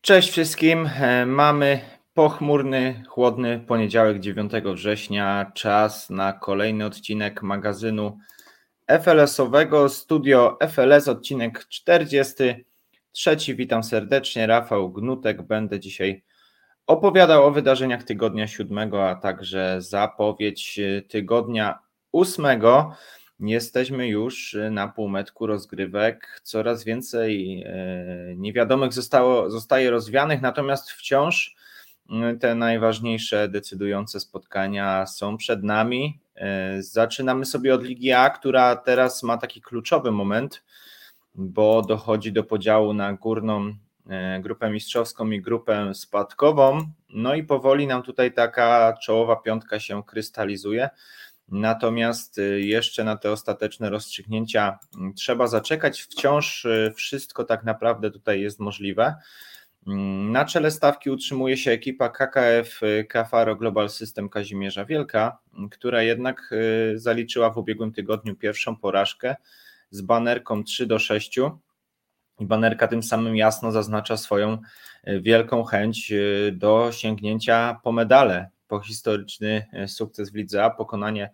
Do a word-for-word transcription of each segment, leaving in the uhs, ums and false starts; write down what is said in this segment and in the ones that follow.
Cześć wszystkim. E, Mamy pochmurny, chłodny poniedziałek dziewiątego września. Czas na kolejny odcinek magazynu F L S-owego. Studio F L S, odcinek czterdziesty trzeci. Witam serdecznie, Rafał Gnutek. Będę dzisiaj opowiadał o wydarzeniach tygodnia siódmego, a także zapowiedź tygodnia ósmego. Jesteśmy już na półmetku rozgrywek. Coraz więcej niewiadomych zostało, zostaje rozwianych, natomiast wciąż te najważniejsze, decydujące spotkania są przed nami. Zaczynamy sobie od Ligi A, która teraz ma taki kluczowy moment, bo dochodzi do podziału na górną grupę mistrzowską i grupę spadkową. No i powoli nam tutaj taka czołowa piątka się krystalizuje. Natomiast jeszcze na te ostateczne rozstrzygnięcia trzeba zaczekać. Wciąż wszystko tak naprawdę tutaj jest możliwe. Na czele stawki utrzymuje się ekipa K K F Kafaro Global System Kazimierza Wielka, która jednak zaliczyła w ubiegłym tygodniu pierwszą porażkę z banerką trzy do sześciu. I banerka tym samym jasno zaznacza swoją wielką chęć do sięgnięcia po medale, po historyczny sukces w Lidze A, pokonanie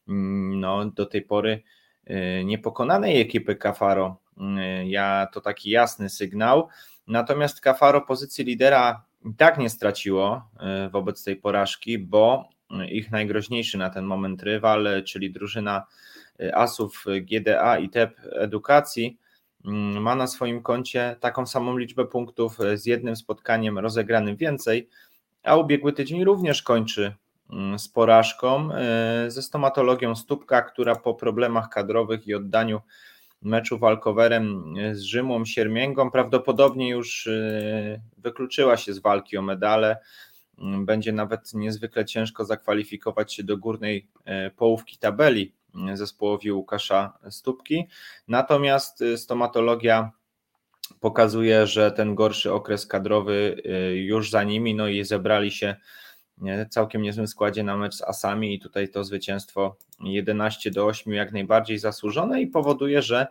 no, do tej pory niepokonanej ekipy Kafaro. Ja to taki jasny sygnał. Natomiast Kafaro pozycji lidera i tak nie straciło wobec tej porażki, bo ich najgroźniejszy na ten moment rywal, czyli drużyna asów G D A i T E P Edukacji, ma na swoim koncie taką samą liczbę punktów z jednym spotkaniem rozegranym więcej, a ubiegły tydzień również kończy z porażką ze stomatologią Stópka, która po problemach kadrowych i oddaniu meczu walkowerem z Rzymą Siermięgą prawdopodobnie już wykluczyła się z walki o medale. Będzie nawet niezwykle ciężko zakwalifikować się do górnej połówki tabeli zespołowi Łukasza Stópki. Natomiast stomatologia pokazuje, że ten gorszy okres kadrowy już za nimi, no i zebrali się w całkiem niezłym składzie na mecz z Asami i tutaj to zwycięstwo jedenaście do ośmiu jak najbardziej zasłużone i powoduje, że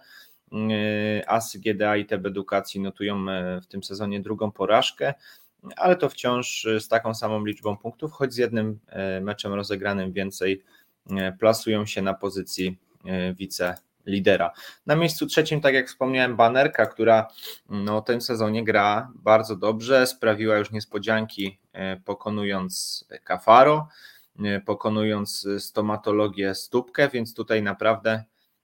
Asy G D A i T E P Edukacji notują w tym sezonie drugą porażkę, ale to wciąż z taką samą liczbą punktów, choć z jednym meczem rozegranym więcej, plasują się na pozycji wicelidera. Na miejscu trzecim, tak jak wspomniałem, banerka, która no, w tym sezonie gra bardzo dobrze, sprawiła już niespodzianki, pokonując Kafaro, pokonując stomatologię Stópkę, więc tutaj naprawdę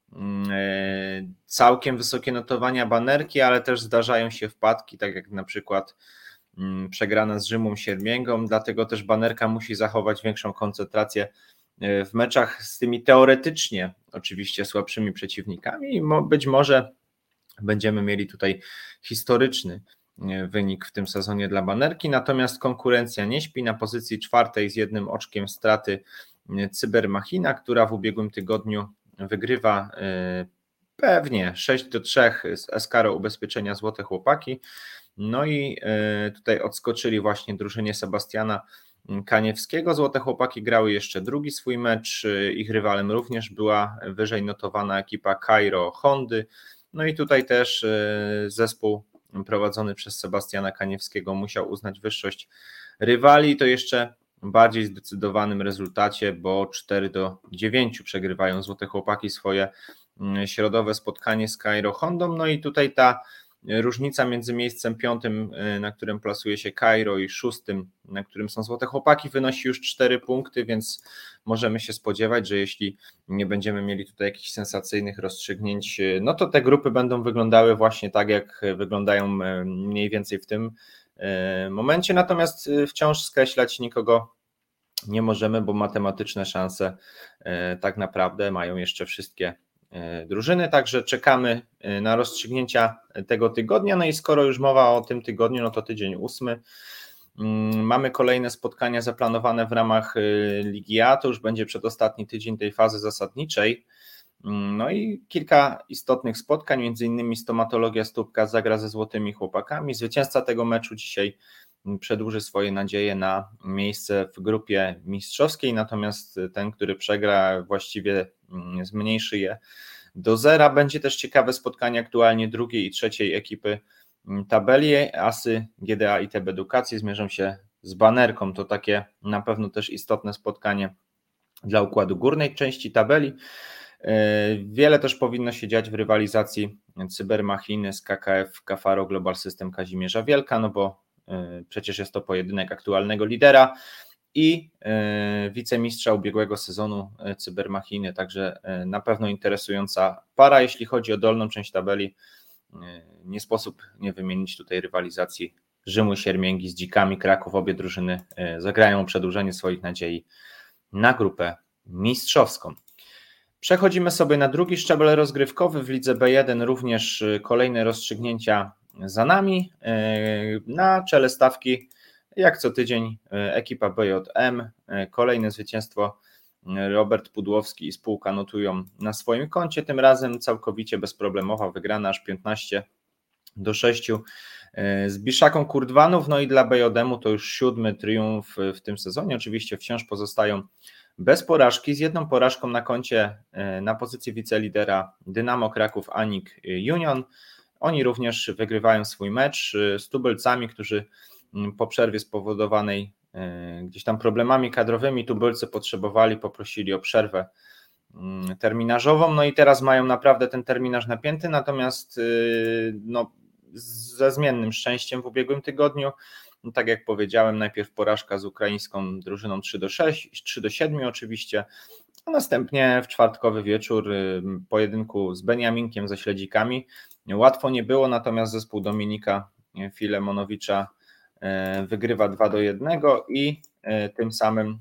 całkiem wysokie notowania banerki, ale też zdarzają się wpadki, tak jak na przykład przegrana z Rzymą Siermięgą, dlatego też banerka musi zachować większą koncentrację w meczach z tymi teoretycznie oczywiście słabszymi przeciwnikami i być może będziemy mieli tutaj historyczny wynik w tym sezonie dla banerki, natomiast konkurencja nie śpi. Na pozycji czwartej z jednym oczkiem straty Cybermachina, która w ubiegłym tygodniu wygrywa pewnie sześć do trzech z Eskaro Ubezpieczenia Złote Chłopaki. No i tutaj odskoczyli właśnie drużynie Sebastiana Kaniewskiego. Złote Chłopaki grały jeszcze drugi swój mecz, ich rywalem również była wyżej notowana ekipa Cairo Hondy. No i tutaj też zespół prowadzony przez Sebastiana Kaniewskiego musiał uznać wyższość rywali, to jeszcze bardziej zdecydowanym rezultacie, bo cztery do dziewięciu przegrywają Złote Chłopaki swoje środowe spotkanie z Cairo Hondą. No i tutaj ta różnica między miejscem piątym, na którym plasuje się Cairo, i szóstym, na którym są Złote Chłopaki, wynosi już cztery punkty, więc możemy się spodziewać, że jeśli nie będziemy mieli tutaj jakichś sensacyjnych rozstrzygnięć, no to te grupy będą wyglądały właśnie tak, jak wyglądają mniej więcej w tym momencie, natomiast wciąż skreślać nikogo nie możemy, bo matematyczne szanse tak naprawdę mają jeszcze wszystkie drużyny, także czekamy na rozstrzygnięcia tego tygodnia. No i skoro już mowa o tym tygodniu, no to tydzień ósmy. Mamy kolejne spotkania zaplanowane w ramach Ligi A, to już będzie przedostatni tydzień tej fazy zasadniczej. No i kilka istotnych spotkań, między innymi stomatologia Stópka zagra ze Złotymi Chłopakami. Zwycięzca tego meczu dzisiaj przedłuży swoje nadzieje na miejsce w grupie mistrzowskiej, natomiast ten, który przegra, właściwie zmniejszy je do zera. Będzie też ciekawe spotkanie aktualnie drugiej i trzeciej ekipy tabeli. Asy G D A i T B Edukacji zmierzą się z Banerką. To takie na pewno też istotne spotkanie dla układu górnej części tabeli. Wiele też powinno się dziać w rywalizacji Cybermachiny z K K F Kafaro Global System Kazimierza Wielka, no bo przecież jest to pojedynek aktualnego lidera i wicemistrza ubiegłego sezonu Cybermachiny, także na pewno interesująca para. Jeśli chodzi o dolną część tabeli, nie sposób nie wymienić tutaj rywalizacji Rzymu Siermięgi z Dzikami Kraków. Obie drużyny zagrają przedłużenie swoich nadziei na grupę mistrzowską. Przechodzimy sobie na drugi szczebel rozgrywkowy. W lidze B jeden również kolejne rozstrzygnięcia za nami. Na czele stawki jak co tydzień ekipa B J M. Kolejne zwycięstwo Robert Pudłowski i spółka notują na swoim koncie. Tym razem całkowicie bezproblemowa wygrana aż piętnaście do sześciu z Biszaką Kurdwanów. No i dla B J M-u to już siódmy triumf w tym sezonie. Oczywiście wciąż pozostają bez porażki, z jedną porażką na koncie na pozycji wicelidera Dynamo Kraków Anik Union. Oni również wygrywają swój mecz z tubylcami, którzy po przerwie spowodowanej gdzieś tam problemami kadrowymi tubylcy potrzebowali, poprosili o przerwę terminarzową, no i teraz mają naprawdę ten terminarz napięty, natomiast no, ze zmiennym szczęściem w ubiegłym tygodniu, no, tak jak powiedziałem, najpierw porażka z ukraińską drużyną trzy do sześciu, trzy do siedmiu oczywiście, a następnie w czwartkowy wieczór pojedynku z Beniaminkiem, ze Śledzikami. Łatwo nie było, natomiast zespół Dominika Filemonowicza wygrywa dwa do jednego i tym samym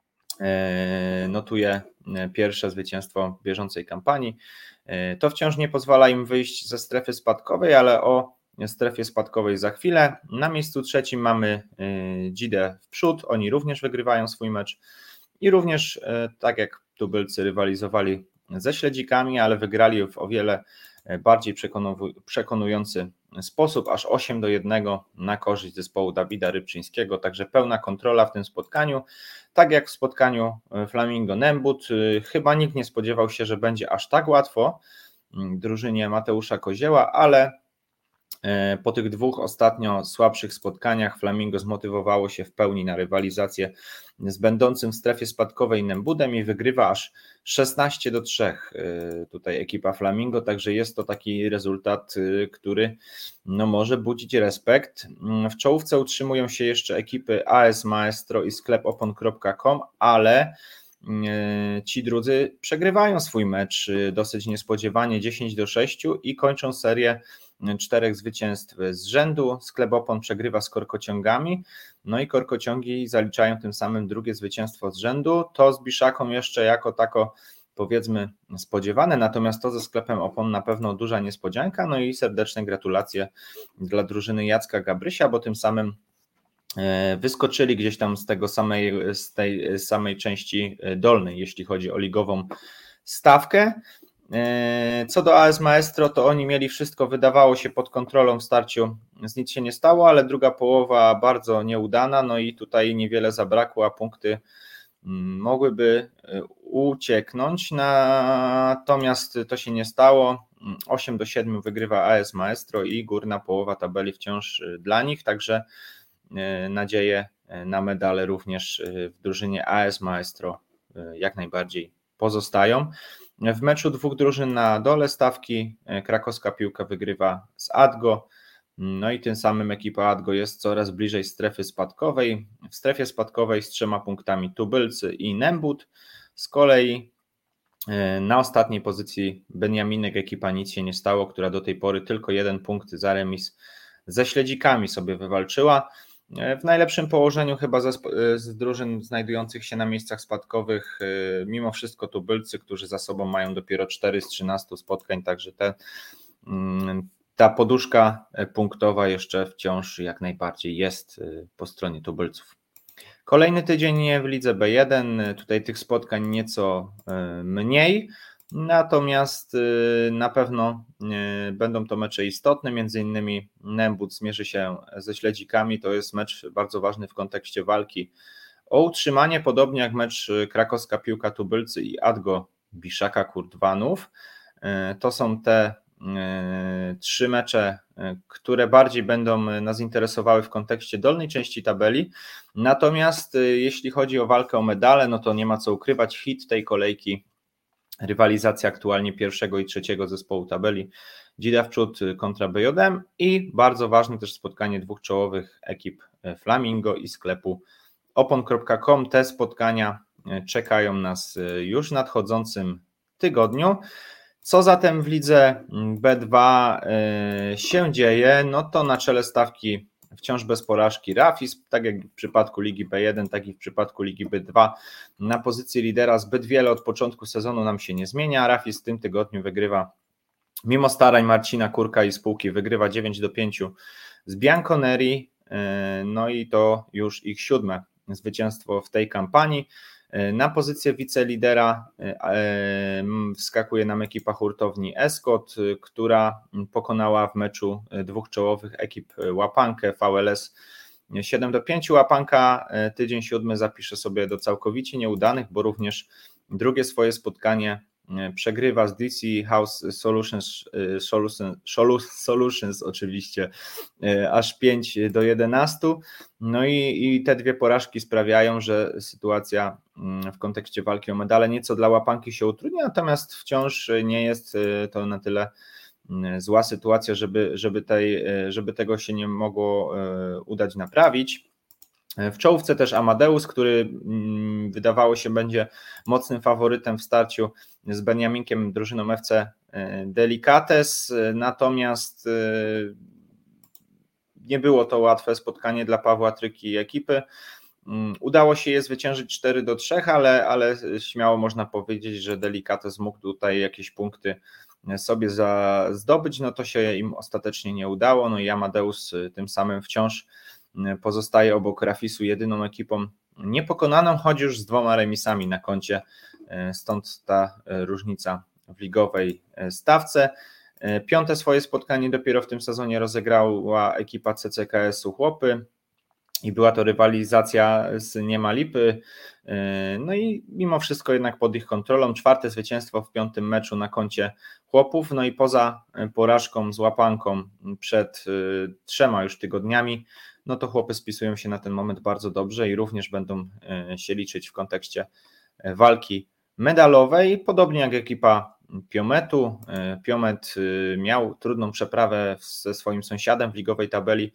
notuje pierwsze zwycięstwo bieżącej kampanii. To wciąż nie pozwala im wyjść ze strefy spadkowej, ale o strefie spadkowej za chwilę. Na miejscu trzecim mamy Dzidę w przód, oni również wygrywają swój mecz i również tak jak tubylcy rywalizowali ze Śledzikami, ale wygrali w o wiele bardziej przekonujący sposób, aż osiem do jednego na korzyść zespołu Dawida Rybczyńskiego, także pełna kontrola w tym spotkaniu, tak jak w spotkaniu Flamingo Nembut. Chyba nikt nie spodziewał się, że będzie aż tak łatwo drużynie Mateusza Kozieła, ale po tych dwóch ostatnio słabszych spotkaniach Flamingo zmotywowało się w pełni na rywalizację z będącym w strefie spadkowej Nembudem i wygrywa aż szesnaście do trzech tutaj ekipa Flamingo, także jest to taki rezultat, który no, może budzić respekt. W czołówce utrzymują się jeszcze ekipy A S Maestro i sklep opon kropka com, ale ci drudzy przegrywają swój mecz dosyć niespodziewanie dziesięć do sześciu i kończą serię czterech zwycięstw z rzędu. Sklep Opon przegrywa z Korkociągami, no i Korkociągi zaliczają tym samym drugie zwycięstwo z rzędu. To z Biszaką jeszcze jako tako powiedzmy spodziewane, natomiast to ze Sklepem Opon na pewno duża niespodzianka, no i serdeczne gratulacje dla drużyny Jacka Gabrysia, bo tym samym wyskoczyli gdzieś tam z tego samej, z tej samej części dolnej, jeśli chodzi o ligową stawkę. Co do A S Maestro, to oni mieli wszystko, wydawało się, pod kontrolą w starciu, z nic się nie stało, ale druga połowa bardzo nieudana, no i tutaj niewiele zabrakło, a punkty mogłyby ucieknąć, natomiast to się nie stało. osiem do siedmiu wygrywa A S Maestro i górna połowa tabeli wciąż dla nich, także nadzieje na medale również w drużynie A S Maestro jak najbardziej pozostają. W meczu dwóch drużyn na dole stawki krakowska piłka wygrywa z Adgo, no i tym samym ekipa Adgo jest coraz bliżej strefy spadkowej. W strefie spadkowej z trzema punktami tubylcy i Nembut. Z kolei na ostatniej pozycji Beniaminek, ekipa Nic się nie stało, która do tej pory tylko jeden punkt za remis ze Śledzikami sobie wywalczyła. W najlepszym położeniu chyba z, z drużyn znajdujących się na miejscach spadkowych, mimo wszystko tubylcy, którzy za sobą mają dopiero cztery z trzynastu spotkań, także te, ta poduszka punktowa jeszcze wciąż jak najbardziej jest po stronie tubylców. Kolejny tydzień w lidze B jeden, tutaj tych spotkań nieco mniej, natomiast na pewno będą to mecze istotne, między innymi Nembut zmierzy się ze Śledzikami, to jest mecz bardzo ważny w kontekście walki o utrzymanie, podobnie jak mecz krakowska piłka tubylcy i Adgo Biszaka Kurdwanów. To są te trzy mecze, które bardziej będą nas interesowały w kontekście dolnej części tabeli. Natomiast jeśli chodzi o walkę o medale, no to nie ma co ukrywać, hit tej kolejki, rywalizacja aktualnie pierwszego i trzeciego zespołu tabeli, Dzida w przód kontra B J M i bardzo ważne też spotkanie dwóch czołowych ekip Flamingo i sklepu opon kropka com. Te spotkania czekają nas już w nadchodzącym tygodniu. Co zatem w lidze B dwa się dzieje? No to na czele stawki wciąż bez porażki Rafis, tak jak w przypadku Ligi B jeden, tak i w przypadku Ligi B dwa. Na pozycji lidera zbyt wiele od początku sezonu nam się nie zmienia. Rafis w tym tygodniu wygrywa, mimo starań Marcina Kurka i spółki, wygrywa dziewięć do pięciu z Bianconeri, no i to już ich siódme zwycięstwo w tej kampanii. Na pozycję wicelidera wskakuje nam ekipa hurtowni Escort, która pokonała w meczu dwóch czołowych ekip Łapankę, V L S siedem do pięciu. Łapanka tydzień siódmy zapisze sobie do całkowicie nieudanych, bo również drugie swoje spotkanie przegrywa z D C House Solutions, Solutions, Solutions oczywiście, aż pięć do jedenastu. No i, i te dwie porażki sprawiają, że sytuacja w kontekście walki o medale nieco dla Łapanki się utrudnia, natomiast wciąż nie jest to na tyle zła sytuacja, żeby, żeby, tej, żeby tego się nie mogło udać naprawić. W czołówce też Amadeus, który wydawało się będzie mocnym faworytem w starciu z Beniaminkiem, drużyną F C Delicates, natomiast nie było to łatwe spotkanie dla Pawła Tryki i ekipy. Udało się je zwyciężyć cztery do trzech, ale, ale śmiało można powiedzieć, że Delicates mógł tutaj jakieś punkty sobie za, zdobyć, no to się im ostatecznie nie udało, no i Amadeus tym samym wciąż pozostaje obok Rafisu jedyną ekipą niepokonaną, choć już z dwoma remisami na koncie, stąd ta różnica w ligowej stawce. Piąte swoje spotkanie dopiero w tym sezonie rozegrała ekipa C C K S-u Chłopy i była to rywalizacja z nie ma lipy, no i mimo wszystko jednak pod ich kontrolą. Czwarte zwycięstwo w piątym meczu na koncie Chłopów, no i poza porażką z Łapanką przed trzema już tygodniami, no to Chłopy spisują się na ten moment bardzo dobrze i również będą się liczyć w kontekście walki medalowej, podobnie jak ekipa Piometu. Piomet miał trudną przeprawę ze swoim sąsiadem w ligowej tabeli,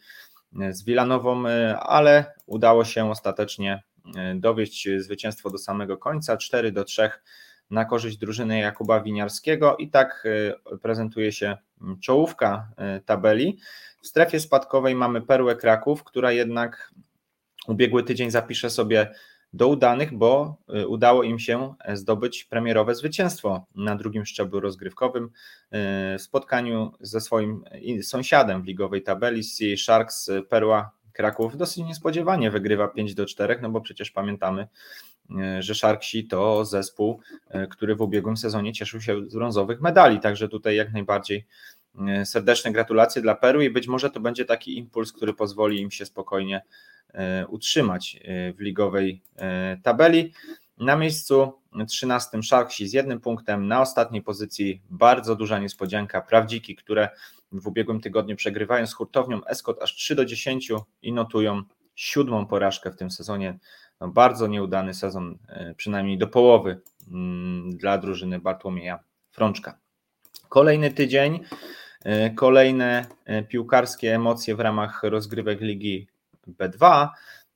z Wilanową, ale udało się ostatecznie dowieść zwycięstwo do samego końca, cztery do trzech na korzyść drużyny Jakuba Winiarskiego i tak prezentuje się czołówka tabeli. W strefie spadkowej mamy Perłę Kraków, która jednak ubiegły tydzień zapisze sobie do udanych, bo udało im się zdobyć premierowe zwycięstwo na drugim szczeblu rozgrywkowym w spotkaniu ze swoim sąsiadem w ligowej tabeli C A Sharks. Perła Kraków dosyć niespodziewanie wygrywa pięć do czterech, no bo przecież pamiętamy, że Sharksi to zespół, który w ubiegłym sezonie cieszył się z brązowych medali, także tutaj jak najbardziej serdeczne gratulacje dla Perły i być może to będzie taki impuls, który pozwoli im się spokojnie utrzymać w ligowej tabeli. Na miejscu trzynastym Sharksi z jednym punktem, na ostatniej pozycji bardzo duża niespodzianka Prawdziki, które w ubiegłym tygodniu przegrywają z hurtownią Escort aż trzy do dziesięciu i notują siódmą porażkę w tym sezonie. No, bardzo nieudany sezon, przynajmniej do połowy dla drużyny Bartłomieja Frączka. Kolejny tydzień, kolejne piłkarskie emocje w ramach rozgrywek Ligi B dwa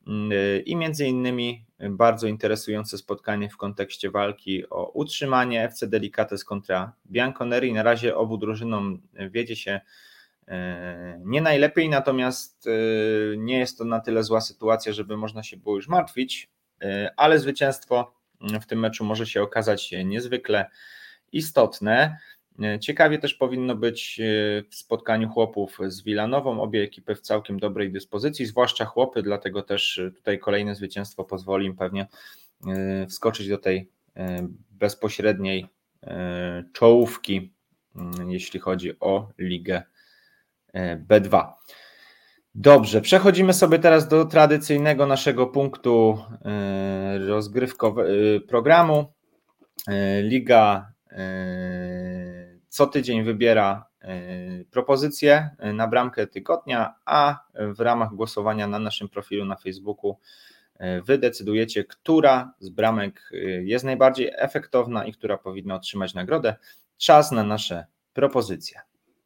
i między innymi bardzo interesujące spotkanie w kontekście walki o utrzymanie F C Delicates kontra Bianconeri. Na razie obu drużynom wiedzie się nie najlepiej, natomiast nie jest to na tyle zła sytuacja, żeby można się było już martwić, ale zwycięstwo w tym meczu może się okazać niezwykle istotne. Ciekawie też powinno być w spotkaniu Chłopów z Wilanową, obie ekipy w całkiem dobrej dyspozycji, zwłaszcza Chłopy, dlatego też tutaj kolejne zwycięstwo pozwoli im pewnie wskoczyć do tej bezpośredniej czołówki, jeśli chodzi o Ligę B dwa. Dobrze, przechodzimy sobie teraz do tradycyjnego naszego punktu rozgrywkowego programu. Liga co tydzień wybiera propozycje na bramkę tygodnia, a w ramach głosowania na naszym profilu na Facebooku Wy decydujecie, która z bramek jest najbardziej efektowna i która powinna otrzymać nagrodę. Czas na nasze propozycje.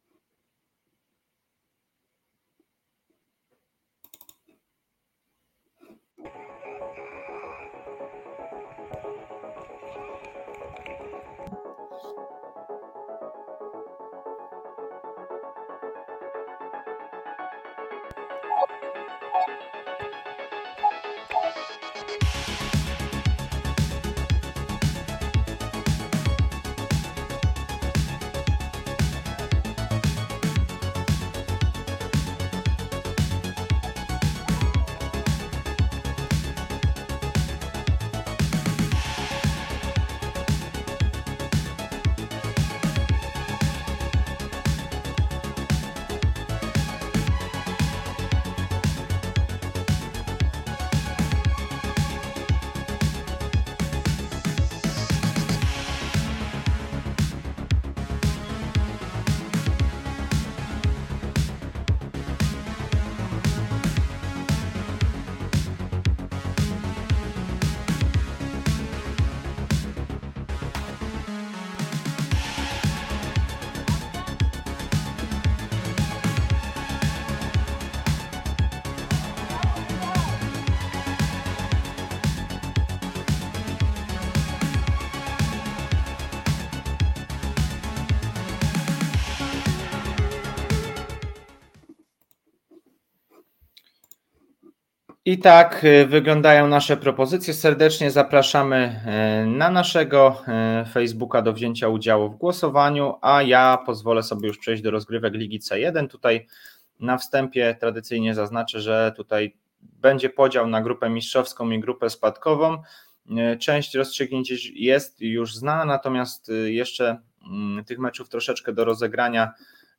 I tak wyglądają nasze propozycje. Serdecznie zapraszamy na naszego Facebooka do wzięcia udziału w głosowaniu, a ja pozwolę sobie już przejść do rozgrywek Ligi C jeden. Tutaj na wstępie tradycyjnie zaznaczę, że tutaj będzie podział na grupę mistrzowską i grupę spadkową. Część rozstrzygnięć jest już znana, natomiast jeszcze tych meczów troszeczkę do rozegrania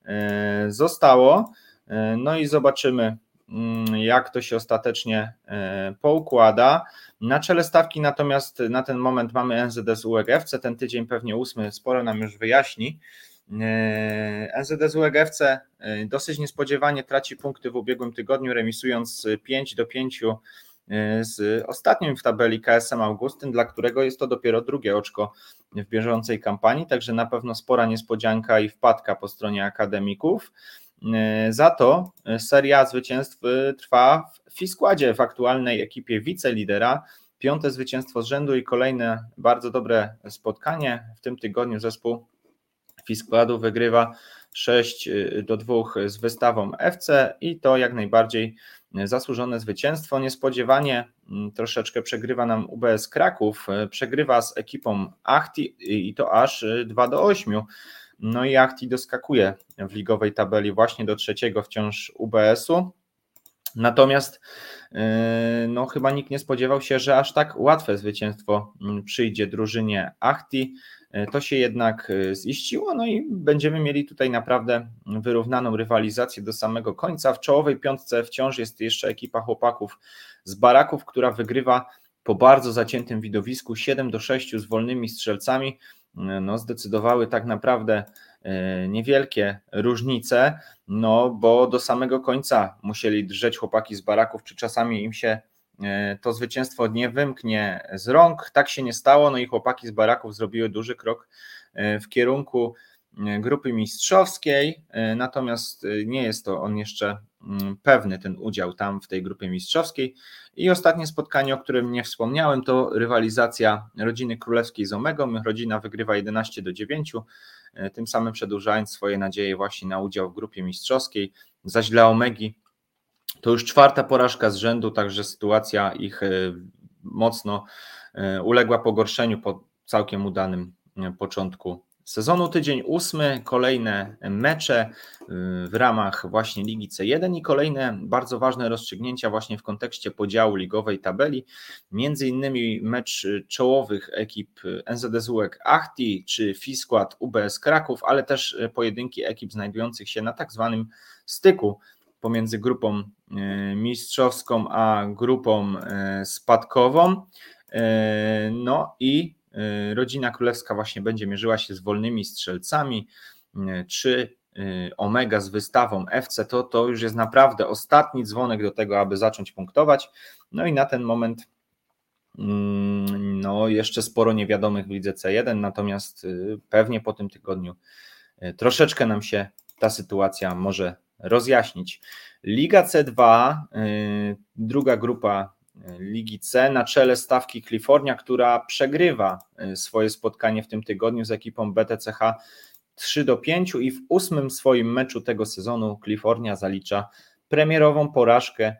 zostało. No i zobaczymy, jak to się ostatecznie poukłada. Na czele stawki natomiast na ten moment mamy N Z S UEG F C, ten tydzień pewnie ósmy sporo nam już wyjaśni. N Z S UEG F C dosyć niespodziewanie traci punkty w ubiegłym tygodniu, remisując pięć do pięciu z ostatnim w tabeli K S M Augustyn, dla którego jest to dopiero drugie oczko w bieżącej kampanii, także na pewno spora niespodzianka i wpadka po stronie akademików. Za to seria zwycięstw trwa w Fiskładzie, w aktualnej ekipie wicelidera. Piąte zwycięstwo z rzędu i kolejne bardzo dobre spotkanie. W tym tygodniu zespół Fiskładu wygrywa sześć do dwóch z Wystawą F C i to jak najbardziej zasłużone zwycięstwo. Niespodziewanie troszeczkę przegrywa nam U B S Kraków, przegrywa z ekipą Achti i to aż dwa do ośmiu. No i Achti doskakuje w ligowej tabeli właśnie do trzeciego wciąż U B S-u. Natomiast no, chyba nikt nie spodziewał się, że aż tak łatwe zwycięstwo przyjdzie drużynie Achti. To się jednak ziściło, no i będziemy mieli tutaj naprawdę wyrównaną rywalizację do samego końca. W czołowej piątce wciąż jest jeszcze ekipa chłopaków z Baraków, która wygrywa po bardzo zaciętym widowisku siedem do sześciu z wolnymi strzelcami. No, zdecydowały tak naprawdę niewielkie różnice, no bo do samego końca musieli drżeć chłopaki z Baraków, czy czasami im się to zwycięstwo nie wymknie z rąk. Tak się nie stało, no i chłopaki z Baraków zrobiły duży krok w kierunku grupy mistrzowskiej, natomiast nie jest to on jeszcze pewny, ten udział tam w tej grupie mistrzowskiej. I ostatnie spotkanie, o którym nie wspomniałem, to rywalizacja rodziny królewskiej z Omegą. Rodzina wygrywa jedenaście do dziewięciu, tym samym przedłużając swoje nadzieje właśnie na udział w grupie mistrzowskiej. Zaś dla Omegi to już czwarta porażka z rzędu, także sytuacja ich mocno uległa pogorszeniu po całkiem udanym początku sezonu. Tydzień ósmy, kolejne mecze w ramach właśnie Ligi C jeden i kolejne bardzo ważne rozstrzygnięcia właśnie w kontekście podziału ligowej tabeli. Między innymi mecz czołowych ekip N Z S UEG Achti czy Fiskład U B S Kraków, ale też pojedynki ekip znajdujących się na tak zwanym styku pomiędzy grupą mistrzowską a grupą spadkową. No i rodzina królewska właśnie będzie mierzyła się z wolnymi strzelcami. Czy Omega z wystawą F C, to, to już jest naprawdę ostatni dzwonek do tego, aby zacząć punktować. No i na ten moment no jeszcze sporo niewiadomych w lidze C jeden, natomiast pewnie po tym tygodniu troszeczkę nam się ta sytuacja może rozjaśnić. Liga C dwa, druga grupa Ligi C, na czele stawki Kalifornia, która przegrywa swoje spotkanie w tym tygodniu z ekipą B T C H trzy do pięciu i w ósmym swoim meczu tego sezonu Kalifornia zalicza premierową porażkę,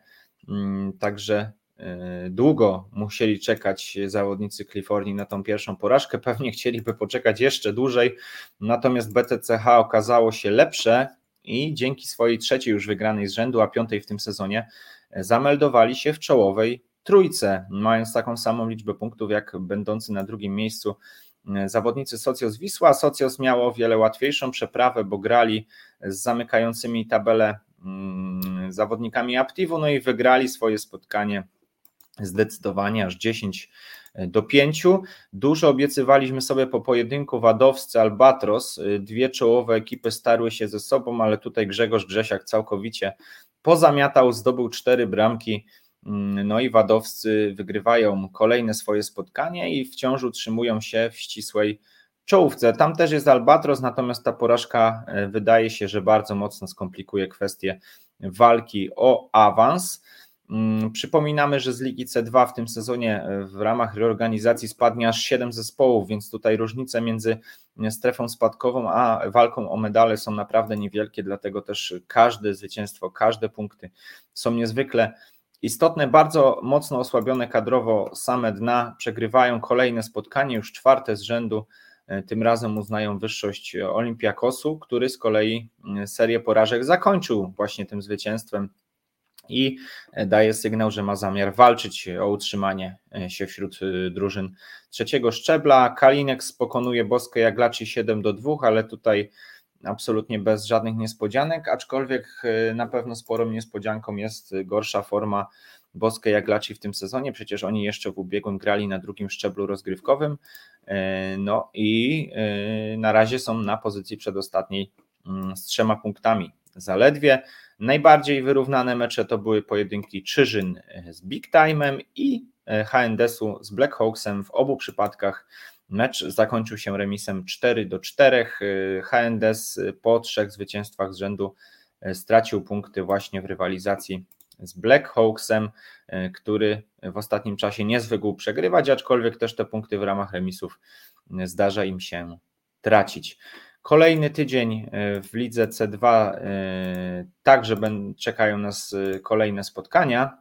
także długo musieli czekać zawodnicy Kalifornii na tą pierwszą porażkę, pewnie chcieliby poczekać jeszcze dłużej, natomiast B T C H okazało się lepsze i dzięki swojej trzeciej już wygranej z rzędu, a piątej w tym sezonie, zameldowali się w czołowej trójce, mając taką samą liczbę punktów jak będący na drugim miejscu zawodnicy Socios Wisła. Socios miało o wiele łatwiejszą przeprawę, bo grali z zamykającymi tabelę zawodnikami Aptivu, no i wygrali swoje spotkanie zdecydowanie aż dziesięć do pięciu. Dużo obiecywaliśmy sobie po pojedynku Wadowscy Albatros, dwie czołowe ekipy starły się ze sobą, ale tutaj Grzegorz Grzesiak całkowicie pozamiatał, zdobył cztery bramki, no i Wadowscy wygrywają kolejne swoje spotkanie i wciąż utrzymują się w ścisłej czołówce. Tam też jest Albatros, natomiast ta porażka wydaje się, że bardzo mocno skomplikuje kwestię walki o awans. Przypominamy, że z Ligi C dwa w tym sezonie w ramach reorganizacji spadnie aż siedem zespołów, więc tutaj różnice między strefą spadkową a walką o medale są naprawdę niewielkie, dlatego też każde zwycięstwo, każde punkty są niezwykle istotne. Bardzo mocno osłabione kadrowo same Dna przegrywają kolejne spotkanie, już czwarte z rzędu, tym razem uznają wyższość Olympiakosu, który z kolei serię porażek zakończył właśnie tym zwycięstwem i daje sygnał, że ma zamiar walczyć o utrzymanie się wśród drużyn trzeciego szczebla. Kalinex pokonuje Boskę Jaglaci siedem do dwóch, ale tutaj absolutnie bez żadnych niespodzianek, aczkolwiek na pewno sporą niespodzianką jest gorsza forma Boskę Jaglaci w tym sezonie, przecież oni jeszcze w ubiegłym grali na drugim szczeblu rozgrywkowym, no i na razie są na pozycji przedostatniej z trzema punktami zaledwie. Najbardziej wyrównane mecze to były pojedynki Czyżyn z Big Time'em i H N D S-u z Black Hawksem. W obu przypadkach mecz zakończył się remisem cztery do czterech. H N D S po trzech zwycięstwach z rzędu stracił punkty właśnie w rywalizacji z Black Hawksem, który w ostatnim czasie nie zwykł przegrywać, aczkolwiek też te punkty w ramach remisów zdarza im się tracić. Kolejny tydzień w lidze C dwa, także czekają nas kolejne spotkania.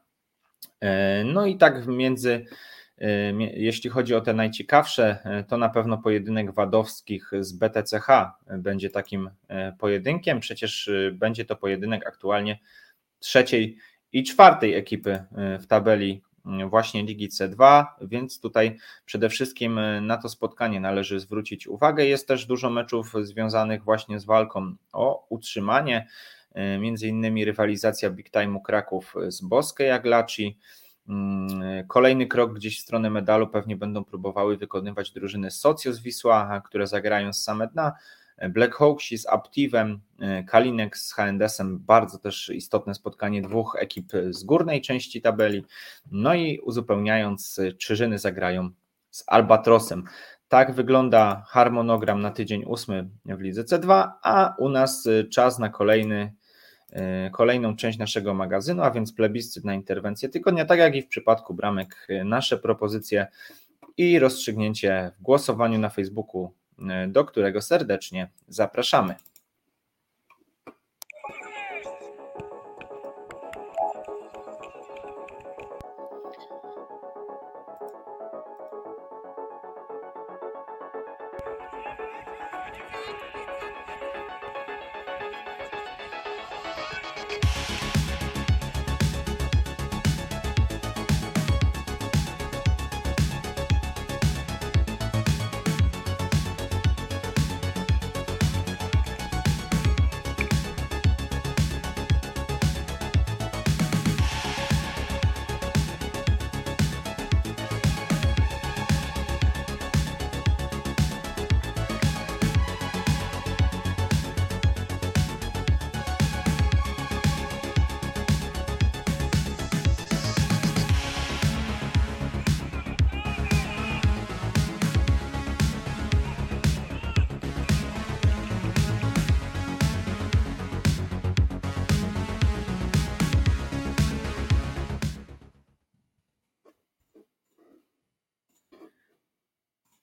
No i tak między, jeśli chodzi o te najciekawsze, to na pewno pojedynek Wadowskich z B T C H będzie takim pojedynkiem. Przecież będzie to pojedynek aktualnie trzeciej i czwartej ekipy w tabeli właśnie Ligi C dwa, więc tutaj przede wszystkim na to spotkanie należy zwrócić uwagę. Jest też dużo meczów związanych właśnie z walką o utrzymanie, między innymi rywalizacja Big Time'u Kraków z Boskę Jaglaci. Kolejny krok gdzieś w stronę medalu pewnie będą próbowały wykonywać drużyny Socios Wisła, które zagrają z same Dna, Black Hawksi z Aptivem, Kalinex z H N D S-em, bardzo też istotne spotkanie dwóch ekip z górnej części tabeli, no i uzupełniając, Czyżyny zagrają z Albatrosem. Tak wygląda harmonogram na tydzień ósmy w lidze C dwa, a u nas czas na kolejny, kolejną część naszego magazynu, a więc plebiscyt na interwencję tygodnia, tak jak i w przypadku bramek, nasze propozycje i rozstrzygnięcie w głosowaniu na Facebooku, do którego serdecznie zapraszamy.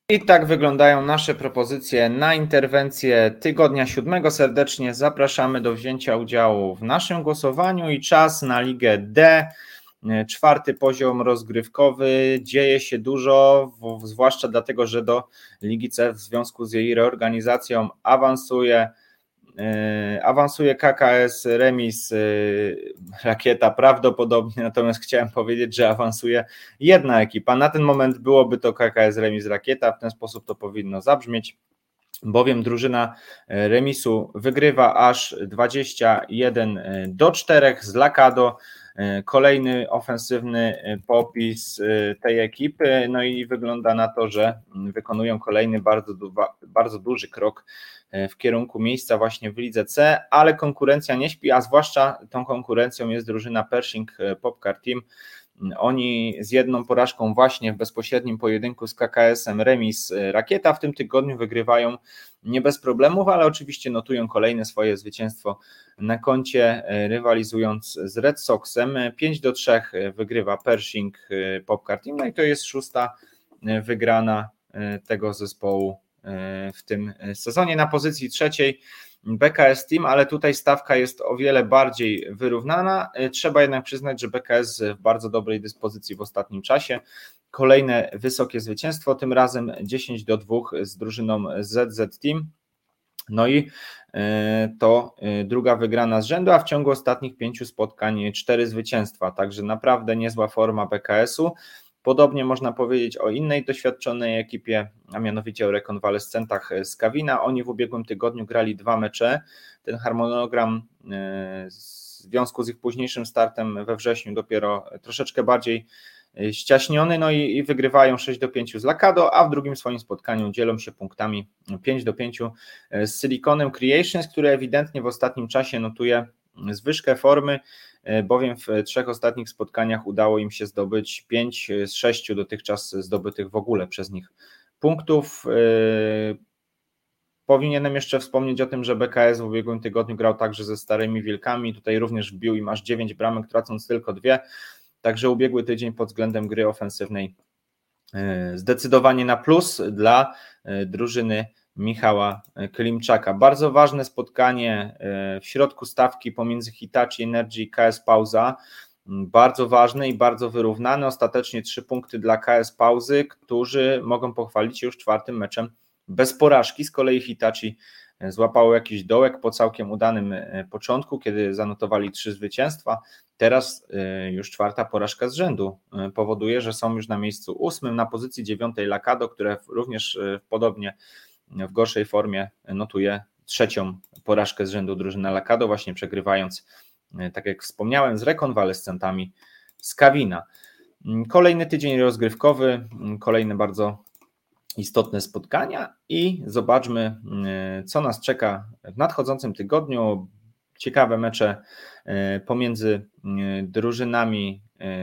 I tak wyglądają nasze propozycje na interwencję tygodnia siódmego. Serdecznie zapraszamy do wzięcia udziału w naszym głosowaniu i czas na Ligę D. Czwarty poziom rozgrywkowy, dzieje się dużo, zwłaszcza dlatego, że do Ligi C w związku z jej reorganizacją awansuje awansuje K K S Remis Rakieta prawdopodobnie, natomiast chciałem powiedzieć, że awansuje jedna ekipa. Na ten moment byłoby to K K S Remis Rakieta, w ten sposób to powinno zabrzmieć, bowiem drużyna remisu wygrywa aż dwadzieścia jeden do czterech z Lakado. Kolejny ofensywny popis tej ekipy, no i wygląda na to, że wykonują kolejny bardzo, bardzo duży krok w kierunku miejsca właśnie w Lidze C, ale konkurencja nie śpi, a zwłaszcza tą konkurencją jest drużyna Pershing Popcar Team. Oni z jedną porażką właśnie w bezpośrednim pojedynku z K K S-em Remis Rakieta w tym tygodniu wygrywają nie bez problemów, ale oczywiście notują kolejne swoje zwycięstwo na koncie, rywalizując z Red Soxem. pięć do trzech wygrywa Pershing Popcar Team, no i to jest szósta wygrana tego zespołu w tym sezonie. Na pozycji trzeciej B K S Team, ale tutaj stawka jest o wiele bardziej wyrównana. Trzeba jednak przyznać, że B K S w bardzo dobrej dyspozycji w ostatnim czasie. Kolejne wysokie zwycięstwo, tym razem dziesięć do dwóch z drużyną Z Z Team. No i to druga wygrana z rzędu, a w ciągu ostatnich pięciu spotkań cztery zwycięstwa, także naprawdę niezła forma B K S-u. Podobnie można powiedzieć o innej doświadczonej ekipie, a mianowicie o rekonwalescentach z Kawina. Oni w ubiegłym tygodniu grali dwa mecze. Ten harmonogram w związku z ich późniejszym startem we wrześniu dopiero troszeczkę bardziej ściaśniony, no i, i wygrywają sześć do pięciu z Lakado, a w drugim swoim spotkaniu dzielą się punktami pięć do pięciu z Siliconem Creations, który ewidentnie w ostatnim czasie notuje zwyżkę formy, bowiem w trzech ostatnich spotkaniach udało im się zdobyć pięć z sześciu dotychczas zdobytych w ogóle przez nich punktów. Powinienem jeszcze wspomnieć o tym, że B K S w ubiegłym tygodniu grał także ze Starymi Wilkami, tutaj również wbił im aż dziewięć bramek, tracąc tylko dwie, także ubiegły tydzień pod względem gry ofensywnej zdecydowanie na plus dla drużyny Michała Klimczaka. Bardzo ważne spotkanie w środku stawki pomiędzy Hitachi Energy i K S Pauza. Bardzo ważne i bardzo wyrównane. Ostatecznie trzy punkty dla K S Pauzy, którzy mogą pochwalić się już czwartym meczem bez porażki. Z kolei Hitachi złapało jakiś dołek po całkiem udanym początku, kiedy zanotowali trzy zwycięstwa. Teraz już czwarta porażka z rzędu powoduje, że są już na miejscu ósmym, na pozycji dziewiątej Lakado, które również podobnie w gorszej formie notuje trzecią porażkę z rzędu drużyna Lakado, właśnie przegrywając, tak jak wspomniałem, z rekonwalescentami z Kawina. Kolejny tydzień rozgrywkowy, kolejne bardzo istotne spotkania i zobaczmy, co nas czeka w nadchodzącym tygodniu. Ciekawe mecze pomiędzy drużynami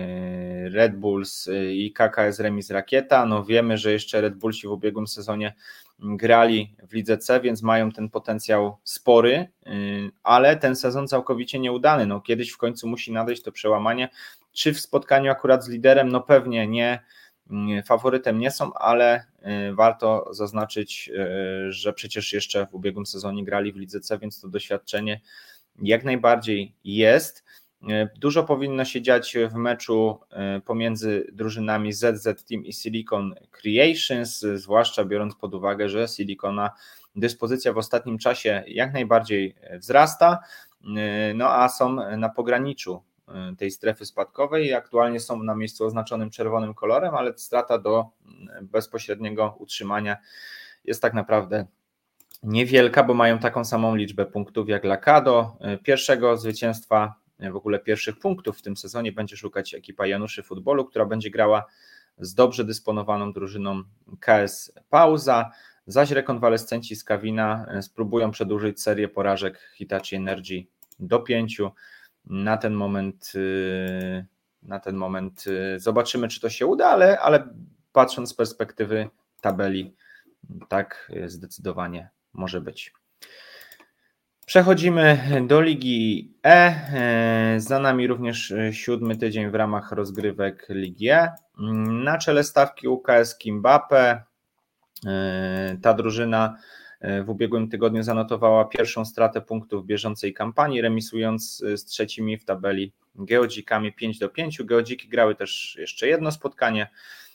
Red Bulls i K K S Remis Rakieta. No wiemy, że jeszcze Red Bullsi w ubiegłym sezonie grali w Lidze C, więc mają ten potencjał spory, ale ten sezon całkowicie nieudany. No kiedyś w końcu musi nadejść to przełamanie. Czy w spotkaniu akurat z liderem? No pewnie nie. Faworytem nie są, ale warto zaznaczyć, że przecież jeszcze w ubiegłym sezonie grali w Lidze C, więc to doświadczenie jak najbardziej jest. Dużo powinno się dziać w meczu pomiędzy drużynami Z Z Team i Silicon Creations, zwłaszcza biorąc pod uwagę, że Silicona dyspozycja w ostatnim czasie jak najbardziej wzrasta, no a są na pograniczu tej strefy spadkowej i aktualnie są na miejscu oznaczonym czerwonym kolorem, ale strata do bezpośredniego utrzymania jest tak naprawdę niewielka, bo mają taką samą liczbę punktów jak Lakado. Pierwszego zwycięstwa, w ogóle pierwszych punktów w tym sezonie będzie szukać ekipa Januszy Futbolu, która będzie grała z dobrze dysponowaną drużyną K S Pauza, zaś rekonwalescenci z Kawina spróbują przedłużyć serię porażek Hitachi Energy do pięciu. Na ten moment na ten moment zobaczymy, czy to się uda, ale, ale patrząc z perspektywy tabeli, tak zdecydowanie może być. Przechodzimy do Ligi E. Za nami również siódmy tydzień w ramach rozgrywek Ligi E. Na czele stawki U K S Kimbape, Ta drużyna w ubiegłym tygodniu zanotowała pierwszą stratę punktów w bieżącej kampanii, remisując z trzecimi w tabeli Geodzikami pięć do pięciu. Geodziki grały też jeszcze jedno spotkanie,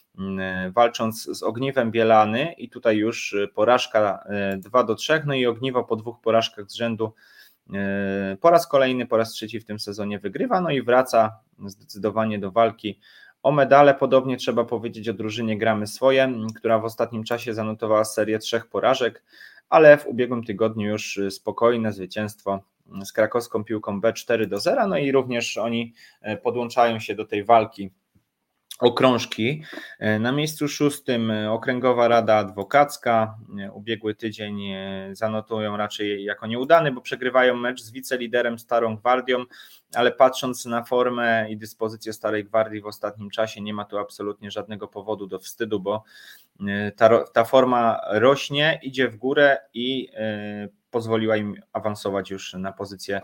walcząc z Ogniwem Bielany i tutaj już porażka dwa do trzech, no i Ogniwo po dwóch porażkach z rzędu po raz kolejny, po raz trzeci w tym sezonie wygrywa, no i wraca zdecydowanie do walki o medale. Podobnie trzeba powiedzieć o drużynie Gramy Swoje, która w ostatnim czasie zanotowała serię trzech porażek, ale w ubiegłym tygodniu już spokojne zwycięstwo z krakowską Piłką B cztery do zera, no i również oni podłączają się do tej walki o krążki. Na miejscu szóstym Okręgowa Rada Adwokacka. Ubiegły tydzień zanotują raczej jako nieudany, bo przegrywają mecz z wiceliderem Starą Gwardią, ale patrząc na formę i dyspozycję Starej Gwardii w ostatnim czasie, nie ma tu absolutnie żadnego powodu do wstydu, bo ta, ta forma rośnie, idzie w górę i pozwoliła im awansować już na pozycję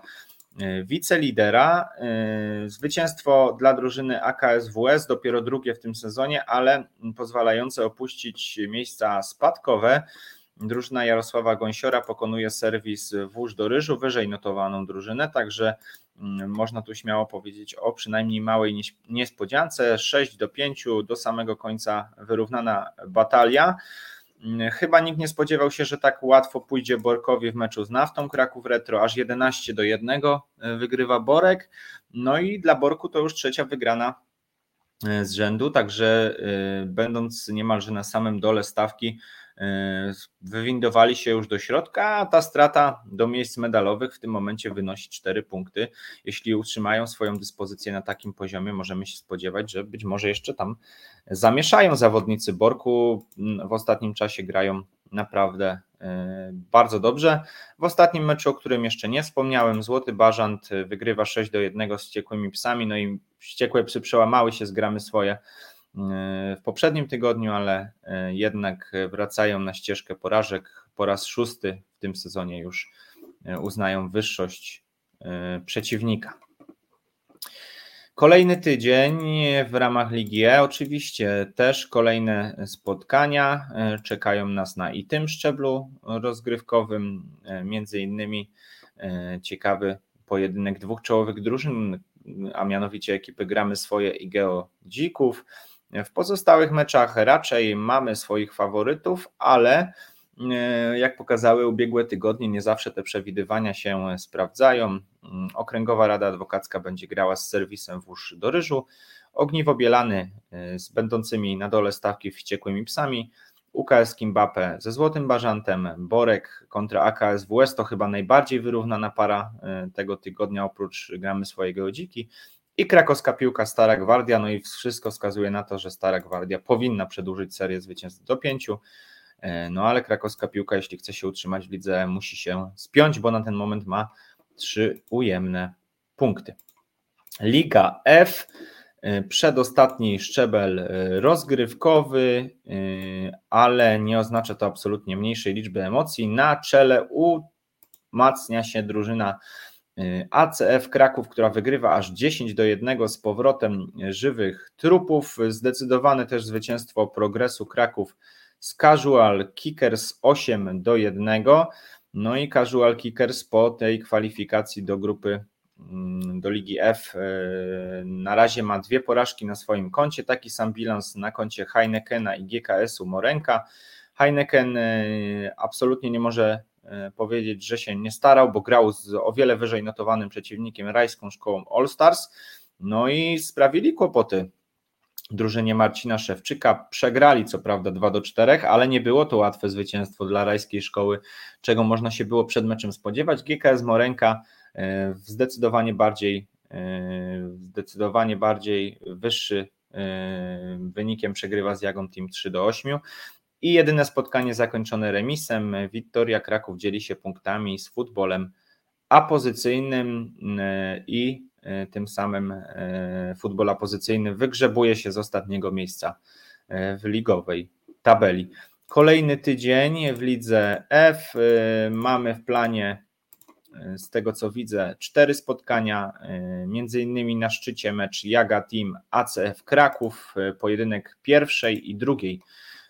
wicelidera. Zwycięstwo dla drużyny A K S W S, dopiero drugie w tym sezonie, ale pozwalające opuścić miejsca spadkowe. Drużyna Jarosława Gąsiora pokonuje serwis Włóż do Ryżu, wyżej notowaną drużynę, także można tu śmiało powiedzieć o przynajmniej małej niespodziance. sześć do pięciu do samego końca wyrównana batalia. Chyba nikt nie spodziewał się, że tak łatwo pójdzie Borkowi w meczu z Naftą Kraków Retro, aż jedenaście do jednego wygrywa Borek, no i dla Borku to już trzecia wygrana z rzędu, także będąc niemalże na samym dole stawki, wywindowali się już do środka, a ta strata do miejsc medalowych w tym momencie wynosi cztery punkty. Jeśli utrzymają swoją dyspozycję na takim poziomie, możemy się spodziewać, że być może jeszcze tam zamieszają zawodnicy Borku. W ostatnim czasie grają naprawdę bardzo dobrze. W ostatnim meczu, o którym jeszcze nie wspomniałem, Złoty Bażant wygrywa sześć do jednego z Wściekłymi Psami, no i Wściekłe Psy przełamały się z Gramy Swoje w poprzednim tygodniu, ale jednak wracają na ścieżkę porażek. Po raz szósty w tym sezonie już uznają wyższość przeciwnika. Kolejny tydzień w ramach Ligi E, oczywiście też kolejne spotkania czekają nas na i tym szczeblu rozgrywkowym, między innymi ciekawy pojedynek dwóch czołowych drużyn, a mianowicie ekipy Gramy Swoje i Geodzików. W pozostałych meczach raczej mamy swoich faworytów, ale jak pokazały ubiegłe tygodnie, nie zawsze te przewidywania się sprawdzają. Okręgowa Rada Adwokacka będzie grała z serwisem Włóż do Ryżu, Ogniwo Bielany z będącymi na dole stawki Wściekłymi Psami, U K S Kimbapę ze Złotym Bażantem, Borek kontra A K S W S to chyba najbardziej wyrównana para tego tygodnia, oprócz Gramy Swoje Geodziki, i krakowska Piłka Stara Gwardia, no i wszystko wskazuje na to, że Stara Gwardia powinna przedłużyć serię zwycięstw do pięciu. No ale krakowska Piłka, jeśli chce się utrzymać w lidze, musi się spiąć, bo na ten moment ma trzy ujemne punkty. Liga F, przedostatni szczebel rozgrywkowy, ale nie oznacza to absolutnie mniejszej liczby emocji. Na czele umacnia się drużyna A C F Kraków, która wygrywa aż dziesięć do jednego z powrotem żywych trupów. Zdecydowane też zwycięstwo Progresu Kraków z Casual Kickers osiem do jednego. No i Casual Kickers po tej kwalifikacji do grupy do Ligi F na razie ma dwie porażki na swoim koncie. Taki sam bilans na koncie Heinekena i G K S-u Morenka. Heineken absolutnie nie może powiedzieć, że się nie starał, bo grał z o wiele wyżej notowanym przeciwnikiem, Rajską Szkołą All Stars. No i sprawili kłopoty drużynie Marcina Szewczyka. Przegrali co prawda dwa do czterech, ale nie było to łatwe zwycięstwo dla Rajskiej Szkoły, czego można się było przed meczem spodziewać. G K S Morenka zdecydowanie bardziej, zdecydowanie bardziej wyższy wynikiem przegrywa z Jagą Team trzy do ośmiu. I jedyne spotkanie zakończone remisem. Wiktoria Kraków dzieli się punktami z Futbolem apozycyjnym i tym samym Futbol apozycyjny wygrzebuje się z ostatniego miejsca w ligowej tabeli. Kolejny tydzień w lidze F. Mamy w planie, z tego co widzę, cztery spotkania, między innymi na szczycie mecz Jaga Team A C F Kraków, pojedynek pierwszej i drugiej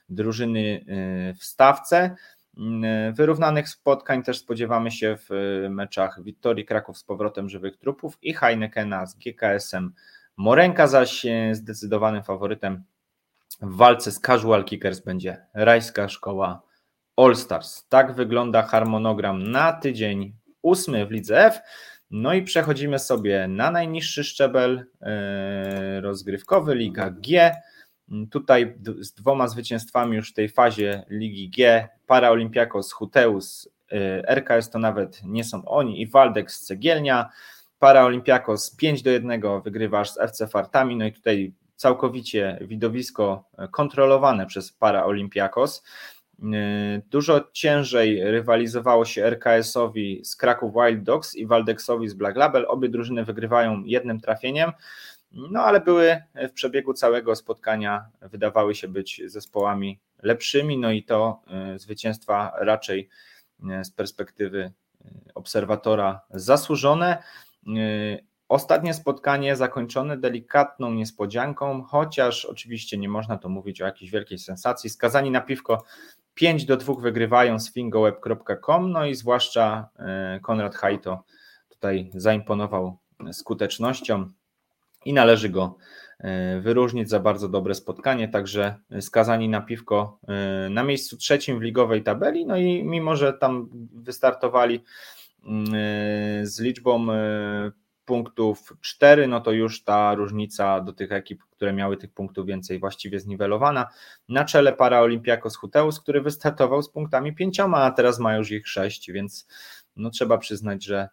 drużyny w stawce. Wyrównanych spotkań też spodziewamy się w meczach Wiktorii Kraków z powrotem Żywych Trupów i Heinekena z G K S-em Morenka, zaś zdecydowanym faworytem w walce z Casual Kickers będzie Rajska Szkoła All Stars. Tak wygląda harmonogram na tydzień ósmy w Lidze F. No i przechodzimy sobie na najniższy szczebel rozgrywkowy, Liga G. Tutaj z dwoma zwycięstwami już w tej fazie Ligi G, Paraolimpiakos, Huteus, R K S to nawet nie są oni i Waldex Cegielnia. Paraolimpiakos pięć do jednego wygrywasz z F C Fartami, no i tutaj całkowicie widowisko kontrolowane przez Paraolimpiakos. Dużo ciężej rywalizowało się R K S-owi z Kraków Wild Dogs i Waldexowi z Black Label. Obie drużyny wygrywają jednym trafieniem, no ale były w przebiegu całego spotkania, wydawały się być zespołami lepszymi, no i to zwycięstwa raczej z perspektywy obserwatora zasłużone. Ostatnie spotkanie zakończone delikatną niespodzianką, chociaż oczywiście nie można tu mówić o jakiejś wielkiej sensacji. Skazani na Piwko pięć do dwóch wygrywają z fingoweb kropka com, no i zwłaszcza Konrad Hajto tutaj zaimponował skutecznością i należy go wyróżnić za bardzo dobre spotkanie, także Skazani na Piwko na miejscu trzecim w ligowej tabeli, no i mimo, że tam wystartowali z liczbą punktów cztery, no to już ta różnica do tych ekip, które miały tych punktów więcej, właściwie zniwelowana. Na czele Paraolimpiakos Huteus, który wystartował z punktami pięcioma, a teraz ma już ich sześć, więc no trzeba przyznać, że,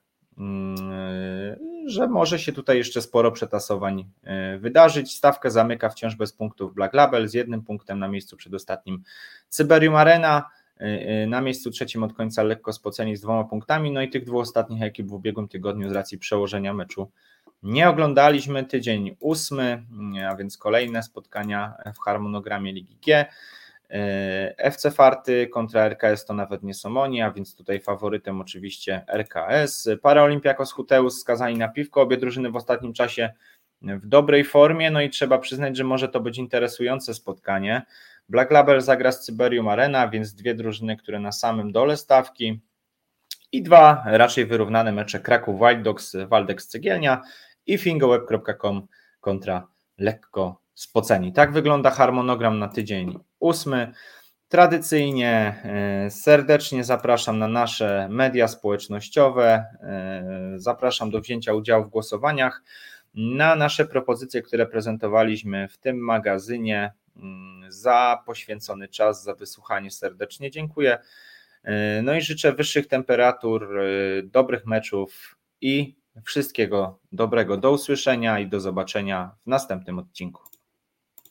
że może się tutaj jeszcze sporo przetasowań wydarzyć. Stawkę zamyka wciąż bez punktów Black Label, z jednym punktem na miejscu przedostatnim Cyberium Arena, na miejscu trzecim od końca lekko spoceni z dwoma punktami, no i tych dwóch ostatnich ekip w ubiegłym tygodniu z racji przełożenia meczu nie oglądaliśmy. Tydzień ósmy, a więc kolejne spotkania w harmonogramie Ligi G. F C Farty kontra R K S to nawet nie są oni, a więc tutaj faworytem oczywiście R K S. Paraolimpiakos Huteus skazani na Piwko, obie drużyny w ostatnim czasie w dobrej formie, no i trzeba przyznać, że może to być interesujące spotkanie. Black Label zagra z Cyberium Arena, więc dwie drużyny, które na samym dole stawki i dwa raczej wyrównane mecze Kraków Wild Dogs, Waldex Cegielnia i fingoweb kropka com kontra lekko spoceni. Tak wygląda harmonogram na tydzień ósmy. Tradycyjnie serdecznie zapraszam na nasze media społecznościowe, zapraszam do wzięcia udziału w głosowaniach na nasze propozycje, które prezentowaliśmy w tym magazynie. Za poświęcony czas, za wysłuchanie serdecznie dziękuję. No i życzę wyższych temperatur, dobrych meczów i wszystkiego dobrego. Do usłyszenia i do zobaczenia w następnym odcinku.